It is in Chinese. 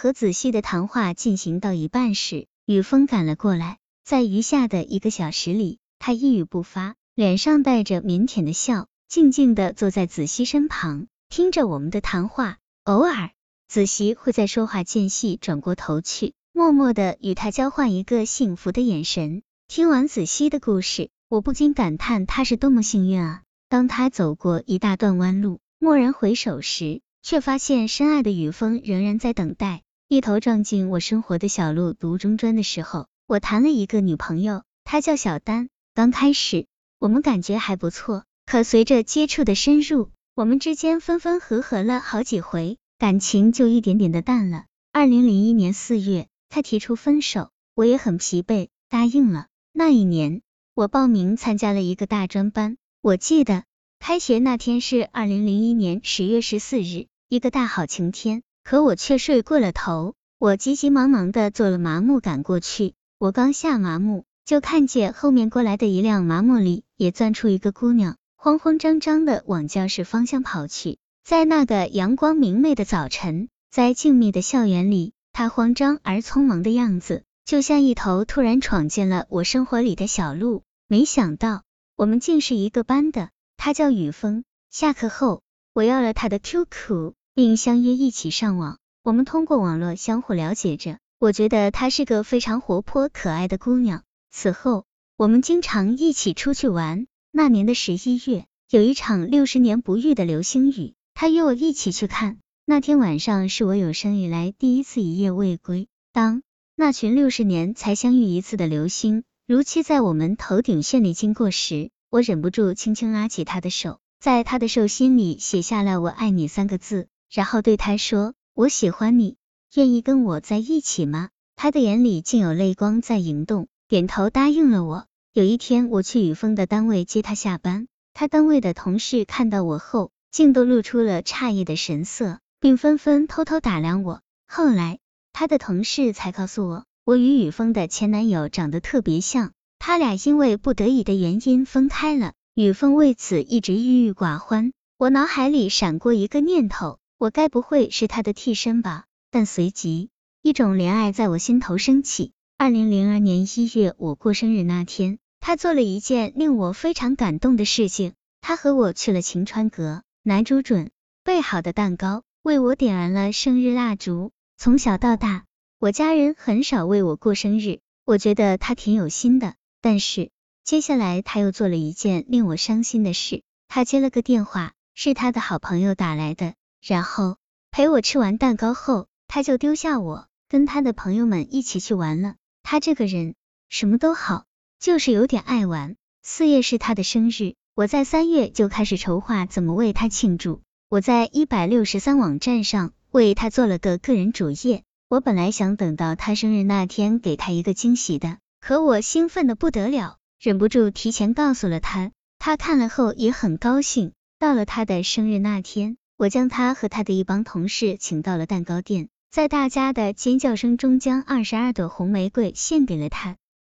和子熙的谈话进行到一半时，雨峰赶了过来，在余下的1个小时里，他一语不发，脸上带着腼腆的笑，静静地坐在子熙身旁，听着我们的谈话。偶尔，子熙会在说话间隙转过头去，默默地与他交换一个幸福的眼神。听完子熙的故事，我不禁感叹他是多么幸运啊！当他走过一大段弯路，蓦然回首时，却发现深爱的雨峰仍然在等待。一头撞进我生活的小路读中专的时候，我谈了一个女朋友，她叫小丹。刚开始，我们感觉还不错，可随着接触的深入，我们之间分分合合了好几回，感情就一点点的淡了。2001年4月，她提出分手，我也很疲惫，答应了。那一年，我报名参加了一个大专班，我记得开学那天是2001年10月14日，一个大好晴天，可我却睡过了头。我急急忙忙的坐了麻木赶过去，我刚下麻木，就看见后面过来的一辆麻木里也钻出一个姑娘，慌慌张张的往教室方向跑去。在那个阳光明媚的早晨，在静谧的校园里，她慌张而匆忙的样子，就像一头突然闯进了我生活里的小鹿。没想到我们竟是一个班的，他叫雨峰。下课后，我要了他的 QQ， 并相约一起上网。我们通过网络相互了解着，我觉得她是个非常活泼可爱的姑娘。此后，我们经常一起出去玩。那年的11月，有一场60年不遇的流星雨，他约我一起去看。那天晚上是我有生以来第一次一夜未归。当那群60年才相遇一次的流星如期在我们头顶绚丽经过时，我忍不住轻轻拉起他的手，在他的手心里写下了我爱你3个字，然后对他说，我喜欢你，愿意跟我在一起吗？他的眼里竟有泪光在盈动，点头答应了我。有一天我去雨峰的单位接他下班，他单位的同事看到我后，竟都露出了诧异的神色，并纷纷偷偷打量我。后来他的同事才告诉我，我与雨峰的前男友长得特别像，他俩因为不得已的原因分开了，雨峰为此一直郁郁寡欢。我脑海里闪过一个念头，我该不会是他的替身吧？但随即一种怜爱在我心头升起。2002年1月，我过生日那天，他做了一件令我非常感动的事情，他和我去了晴川阁，男主准备好的蛋糕，为我点燃了生日蜡烛。从小到大，我家人很少为我过生日，我觉得他挺有心的。但是接下来他又做了一件令我伤心的事，他接了个电话，是他的好朋友打来的，然后陪我吃完蛋糕后，他就丢下我，跟他的朋友们一起去玩了。他这个人什么都好，就是有点爱玩。4月是他的生日，我在3月就开始筹划怎么为他庆祝。我在163网站上为他做了个个人主页，我本来想等到他生日那天给他一个惊喜的，可我兴奋的不得了，忍不住提前告诉了他，他看了后也很高兴。到了他的生日那天，我将他和他的一帮同事请到了蛋糕店，在大家的尖叫声中将22朵红玫瑰献给了他。